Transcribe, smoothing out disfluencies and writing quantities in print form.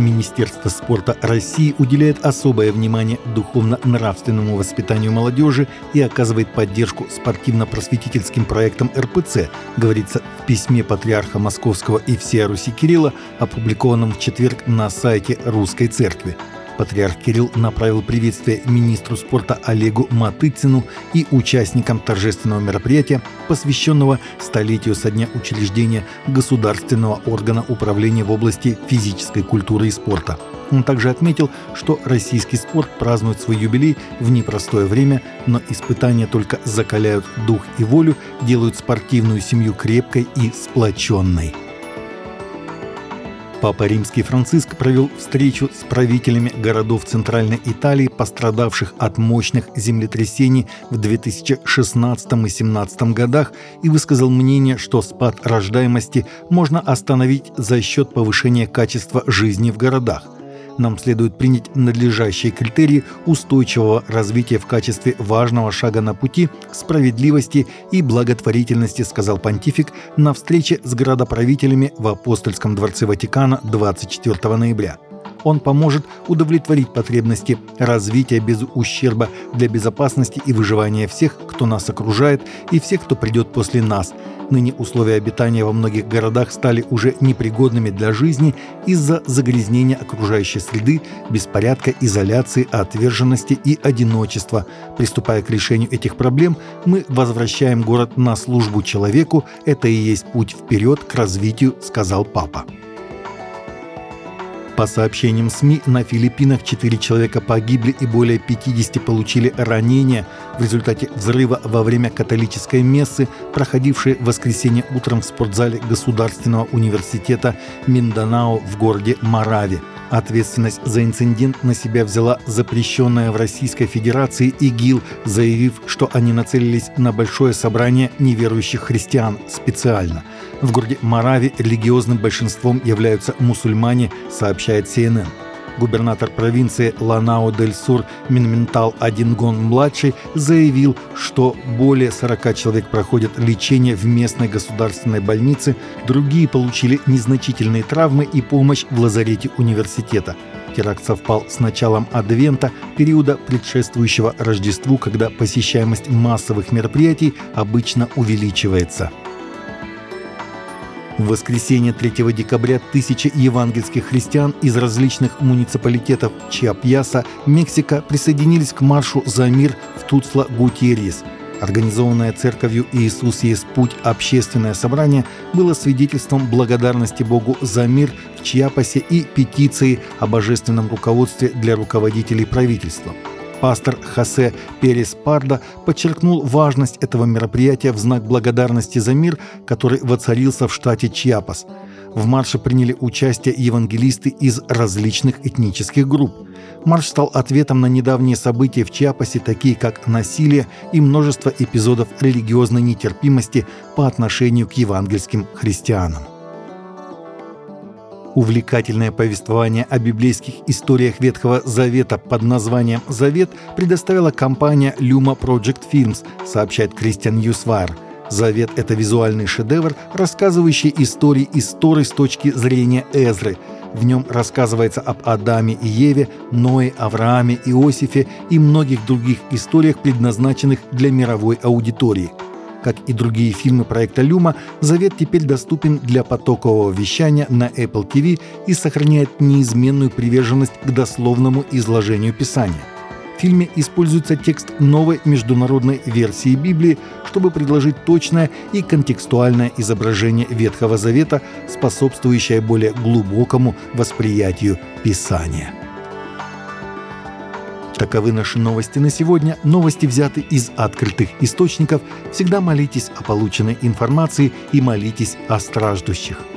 Министерство спорта России уделяет особое внимание духовно-нравственному воспитанию молодежи и оказывает поддержку спортивно-просветительским проектам РПЦ, говорится в письме патриарха Московского и всея Руси Кирилла, опубликованном в четверг на сайте Русской Церкви. Патриарх Кирилл направил приветствие министру спорта Олегу Матыцину и участникам торжественного мероприятия, посвященного столетию со дня учреждения государственного органа управления в области физической культуры и спорта. Он также отметил, что российский спорт празднует свой юбилей в непростое время, но испытания только закаляют дух и волю, делают спортивную семью крепкой и сплоченной. Папа Римский Франциск провел встречу с правителями городов Центральной Италии, пострадавших от мощных землетрясений в 2016 и 2017 годах, и высказал мнение, что спад рождаемости можно остановить за счет повышения качества жизни в городах. Нам следует принять надлежащие критерии устойчивого развития в качестве важного шага на пути к справедливости и благотворительности, сказал понтифик на встрече с градоправителями в Апостольском дворце Ватикана 24 ноября. Он поможет удовлетворить потребности развития без ущерба для безопасности и выживания всех, кто нас окружает, и всех, кто придет после нас. Ныне условия обитания во многих городах стали уже непригодными для жизни из-за загрязнения окружающей среды, беспорядка, изоляции, отверженности и одиночества. Приступая к решению этих проблем, мы возвращаем город на службу человеку. Это и есть путь вперед к развитию, сказал папа. По сообщениям СМИ, на Филиппинах 4 человека погибли и более 50 получили ранения в результате взрыва во время католической мессы, проходившей в воскресенье утром в спортзале Государственного университета Минданао в городе Марави. Ответственность за инцидент на себя взяла запрещенная в Российской Федерации ИГИЛ, заявив, что они нацелились на большое собрание неверующих христиан специально. В городе Марави религиозным большинством являются мусульмане, сообщает CNN. Губернатор провинции Ланао-дель-Сур Минментал Адингон-младший заявил, что более 40 человек проходят лечение в местной государственной больнице, другие получили незначительные травмы и помощь в лазарете университета. Теракт совпал с началом Адвента, периода, предшествующего Рождеству, когда посещаемость массовых мероприятий обычно увеличивается. В воскресенье 3 декабря тысячи евангельских христиан из различных муниципалитетов Чиапьяса, Мексика, присоединились к маршу «За мир» в Туцтла-Гутьеррес. Организованное церковью «Иисус есть путь» общественное собрание было свидетельством благодарности Богу за мир в Чиапасе и петиции о божественном руководстве для руководителей правительства. Пастор Хосе Перес Пардо подчеркнул важность этого мероприятия в знак благодарности за мир, который воцарился в штате Чиапас. В марше приняли участие евангелисты из различных этнических групп. Марш стал ответом на недавние события в Чиапасе, такие как насилие и множество эпизодов религиозной нетерпимости по отношению к евангельским христианам. Увлекательное повествование о библейских историях Ветхого Завета под названием «Завет» предоставила компания Luma Project Films, сообщает Christian Newswire. «Завет» — это визуальный шедевр, рассказывающий истории из Торы с точки зрения Эзры. В нем рассказывается об Адаме и Еве, Ное, Аврааме, Иосифе и многих других историях, предназначенных для мировой аудитории. Как и другие фильмы проекта «Люма», «Завет» теперь доступен для потокового вещания на Apple TV и сохраняет неизменную приверженность к дословному изложению Писания. В фильме используется текст новой международной версии Библии, чтобы предложить точное и контекстуальное изображение Ветхого Завета, способствующее более глубокому восприятию Писания. Таковы наши новости на сегодня. Новости взяты из открытых источников. Всегда молитесь о полученной информации и молитесь о страждущих.